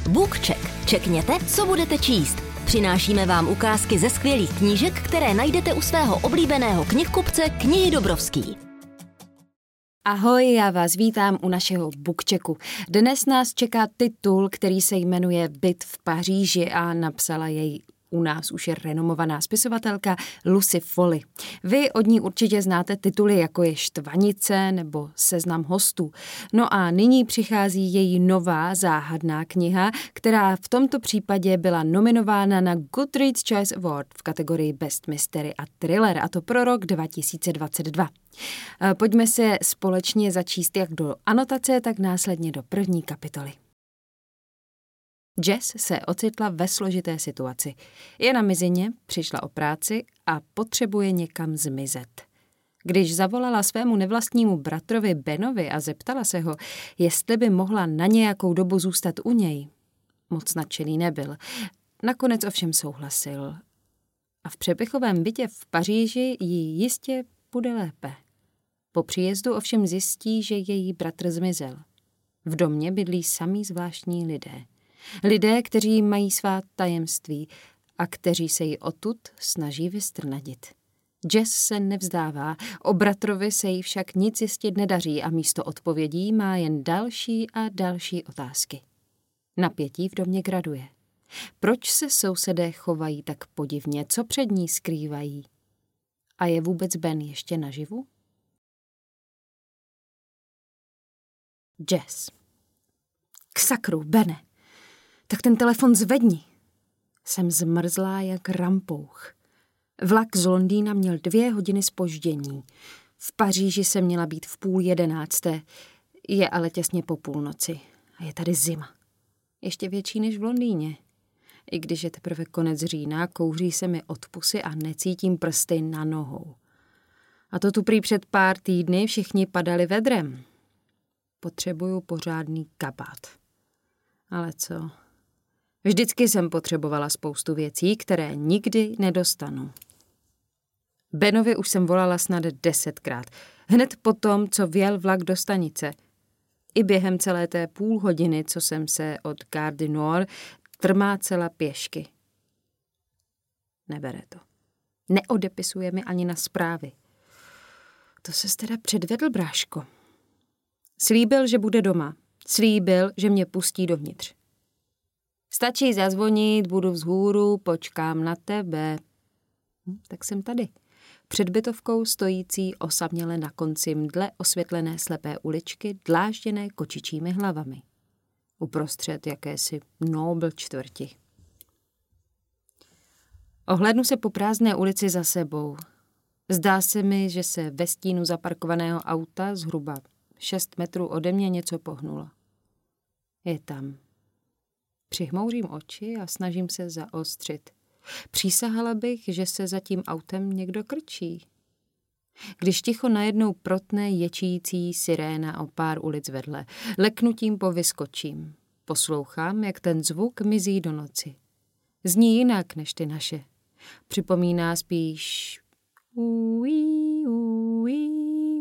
BookCheck. Čekněte, co budete číst. Přinášíme vám ukázky ze skvělých knížek, které najdete u svého oblíbeného knihkupce Knihy Dobrovský. Ahoj, já vás vítám u našeho BookChecku. Dnes nás čeká titul, který se jmenuje Byt v Paříži a napsala jej u nás už je renomovaná spisovatelka Lucy Foley. Vy od ní určitě znáte tituly, jako je Štvanice nebo Seznam hostů. No a nyní přichází její nová záhadná kniha, která v tomto případě byla nominována na Goodreads Choice Award v kategorii Best Mystery a Thriller, a to pro rok 2022. Pojďme se společně začíst jak do anotace, tak následně do první kapitoly. Jess se ocitla ve složité situaci. Je na mizině, přišla o práci a potřebuje někam zmizet. Když zavolala svému nevlastnímu bratrovi Benovi a zeptala se ho, jestli by mohla na nějakou dobu zůstat u něj, moc nadšený nebyl. Nakonec ovšem souhlasil. A v přepichovém bytě v Paříži jí jistě bude lépe. Po příjezdu ovšem zjistí, že její bratr zmizel. V domě bydlí samý zvláštní lidé. Lidé, kteří mají svá tajemství a kteří se ji odtud snaží vystrnadit. Jess se nevzdává, o bratrovi se jí však nic zjistit nedaří a místo odpovědí má jen další a další otázky. Napětí v domě graduje. Proč se sousedé chovají tak podivně, co před ní skrývají? A je vůbec Ben ještě naživu? Jess. K sakru, Bene. Tak ten telefon zvedni. Jsem zmrzlá jak rampouch. Vlak z Londýna měl 2 hodiny zpoždění. V Paříži jsem měla být v 10:30. Je ale těsně po půlnoci. A je tady zima. Ještě větší než v Londýně. I když je teprve konec října, kouří se mi od pusy a necítím prsty na nohou. A to tu prý před pár týdny všichni padali vedrem. Potřebuju pořádný kabát. Ale co? Vždycky jsem potřebovala spoustu věcí, které nikdy nedostanu. Benovi už jsem volala snad 10krát. Hned po tom, co vjel vlak do stanice. I během celé té půl hodiny, co jsem se od Gare du Nord trmácela pěšky. Nebere to. Neodepisuje mi ani na zprávy. To ses teda předvedl, bráško. Slíbil, že bude doma. Slíbil, že mě pustí dovnitř. Stačí zazvonit, budu vzhůru, počkám na tebe. Tak jsem tady. Před bytovkou stojící osaměle na konci mdle osvětlené slepé uličky, dlážděné kočičími hlavami. Uprostřed jakési nobl čtvrti. Ohlédnu se po prázdné ulici za sebou. Zdá se mi, že se ve stínu zaparkovaného auta zhruba 6 metrů ode mě něco pohnulo. Je tam. Přihmouřím oči a snažím se zaostřit. Přísahala bych, že se za tím autem někdo krčí. Když ticho najednou protne ječící siréna o pár ulic vedle, leknutím povyskočím. Poslouchám, jak ten zvuk mizí do noci. Zní jinak než ty naše. Připomíná spíš uí, uí,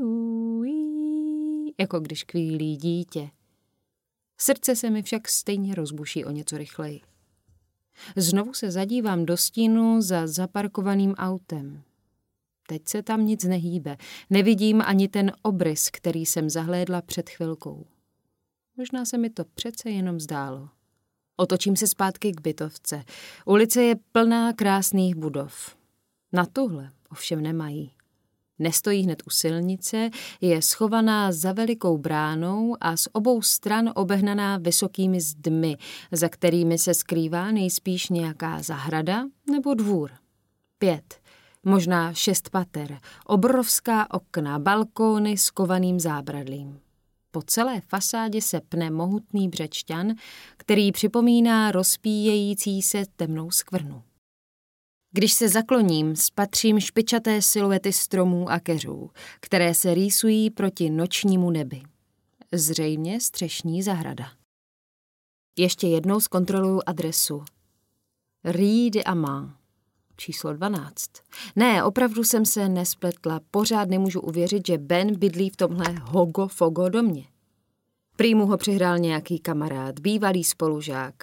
uí, jako když kvílí dítě. Srdce se mi však stejně rozbuší o něco rychleji. Znovu se zadívám do stínu za zaparkovaným autem. Teď se tam nic nehýbe. Nevidím ani ten obrys, který jsem zahlédla před chvilkou. Možná se mi to přece jenom zdálo. Otočím se zpátky k bytovce. Ulice je plná krásných budov. Na tuhle ovšem nemají. Nestojí hned u silnice, je schovaná za velikou bránou a z obou stran obehnaná vysokými zdmi, za kterými se skrývá nejspíš nějaká zahrada nebo dvůr. 5, možná 6 pater, obrovská okna, balkóny s kovaným zábradlím. Po celé fasádě se pne mohutný břečťan, který připomíná rozpíjející se temnou skvrnu. Když se zakloním, spatřím špičaté siluety stromů a keřů, které se rýsují proti nočnímu nebi. Zřejmě střešní zahrada. Ještě jednou zkontroluju adresu. Rue de Amand, číslo 12. Ne, opravdu jsem se nespletla, pořád nemůžu uvěřit, že Ben bydlí v tomhle hogo-fogo domě. Prý mu ho přihrál nějaký kamarád, bývalý spolužák.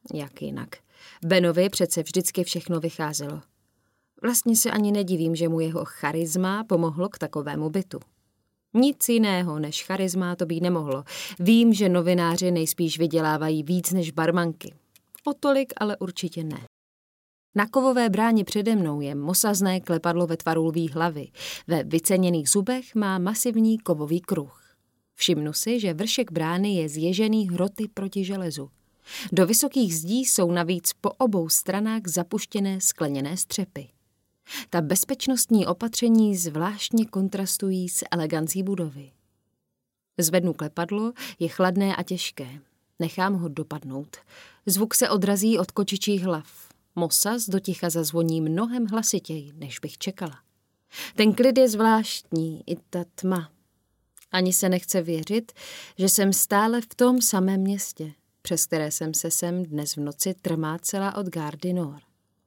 Jak jinak. Benovi přece vždycky všechno vycházelo. Vlastně se ani nedivím, že mu jeho charisma pomohlo k takovému bytu. Nic jiného než charisma to být nemohlo. Vím, že novináři nejspíš vydělávají víc než barmanky. O tolik ale určitě ne. Na kovové bráně přede mnou je mosazné klepadlo ve tvaru lví hlavy. Ve vyceněných zubech má masivní kovový kruh. Všimnu si, že vršek brány je z ježený hroty proti železu. Do vysokých zdí jsou navíc po obou stranách zapuštěné skleněné střepy. Ta bezpečnostní opatření zvláštně kontrastují s elegancí budovy. Zvednu klepadlo, je chladné a těžké. Nechám ho dopadnout. Zvuk se odrazí od kočičích hlav. Mosaz doticha zazvoní mnohem hlasitěji, než bych čekala. Ten klid je zvláštní, i ta tma. Ani se nechce věřit, že jsem stále v tom samém městě, přes které jsem se sem dnes v noci trmácela od Gare du Nord.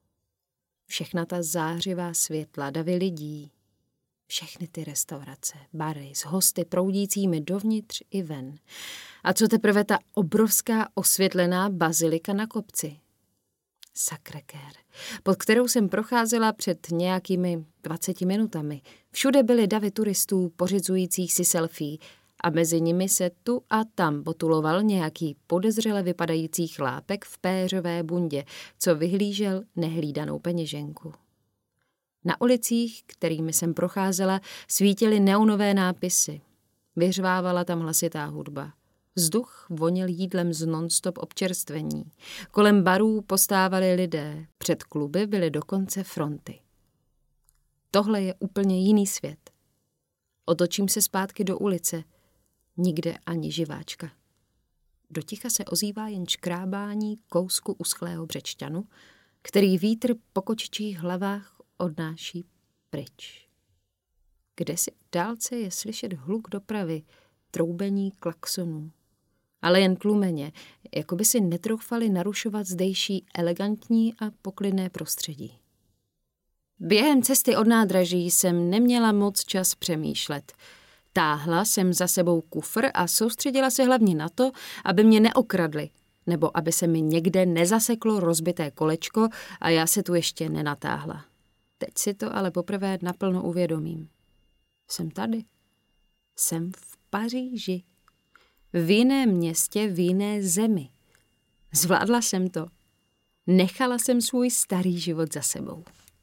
Všechna ta zářivá světla, davy lidí, všechny ty restaurace, bary s hosty proudícími dovnitř i ven. A co teprve ta obrovská osvětlená bazilika na kopci. Sacré-Cœur, pod kterou jsem procházela před nějakými 20 minutami. Všude byly davy turistů pořizujících si selfie a mezi nimi se tu a tam potuloval nějaký podezřele vypadající chlápek v péřové bundě, co vyhlížel nehlídanou peněženku. Na ulicích, kterými jsem procházela, svítily neonové nápisy. Vyřvávala tam hlasitá hudba. Vzduch voněl jídlem z non-stop občerstvení. Kolem barů postávali lidé, před kluby byly dokonce fronty. Tohle je úplně jiný svět. Otočím se zpátky do ulice. Nikde ani živáčka. Doticha se ozývá jen škrábání kousku uschlého břečťanu, který vítr po kočičích hlavách odnáší pryč. Kdesi v dálce je slyšet hluk dopravy, troubení klaxonů. Ale jen tlumeně, jako by si netroufali narušovat zdejší elegantní a poklidné prostředí. Během cesty od nádraží jsem neměla moc čas přemýšlet. Táhla jsem za sebou kufr a soustředila se hlavně na to, aby mě neokradli, nebo aby se mi někde nezaseklo rozbité kolečko a já se tu ještě nenatáhla. Teď si to ale poprvé naplno uvědomím. Jsem tady. Jsem v Paříži. V jiném městě, v jiné zemi. Zvládla jsem to. Nechala jsem svůj starý život za sebou.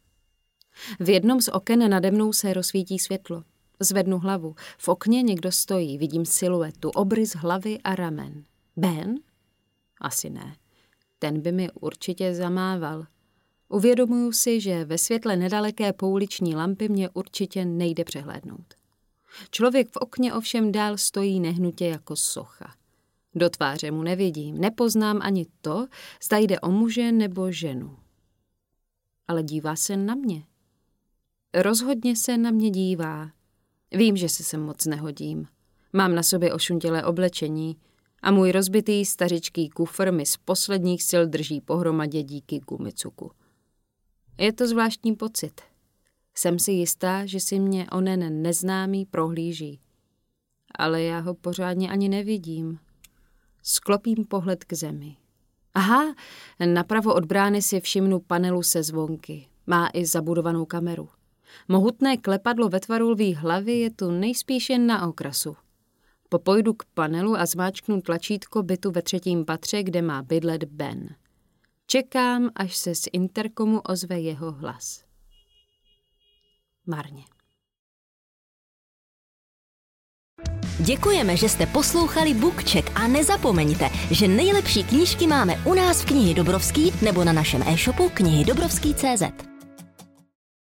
V jednom z oken nade mnou se rozsvítí světlo. Zvednu hlavu. V okně někdo stojí, vidím siluetu, obrys hlavy a ramen. Ben? Asi ne. Ten by mi určitě zamával. Uvědomuju si, že ve světle nedaleké pouliční lampy mě určitě nejde přehlédnout. Člověk v okně ovšem dál stojí nehnutě jako socha. Do tváře mu nevidím, nepoznám ani to, zda jde o muže nebo ženu. Ale dívá se na mě. Rozhodně se na mě dívá. Vím, že se sem moc nehodím. Mám na sobě ošuntělé oblečení a můj rozbitý stařičký kufr mi z posledních sil drží pohromadě díky gumicuku. Je to zvláštní pocit. Jsem si jistá, že si mě onen neznámý prohlíží. Ale já ho pořádně ani nevidím. Sklopím pohled k zemi. Aha, napravo od brány si všimnu panelu se zvonky. Má i zabudovanou kameru. Mohutné klepadlo ve tvaru lví hlavy je tu nejspíš jen na okrasu. Popojdu k panelu a zmáčknu tlačítko bytu ve 3. patře, kde má bydlet Ben. Čekám, až se z interkomu ozve jeho hlas. Marně. Děkujeme, že jste poslouchali BookCheck a nezapomeňte, že nejlepší knížky máme u nás v Knihy Dobrovský nebo na našem e-shopu knihydobrovský.cz.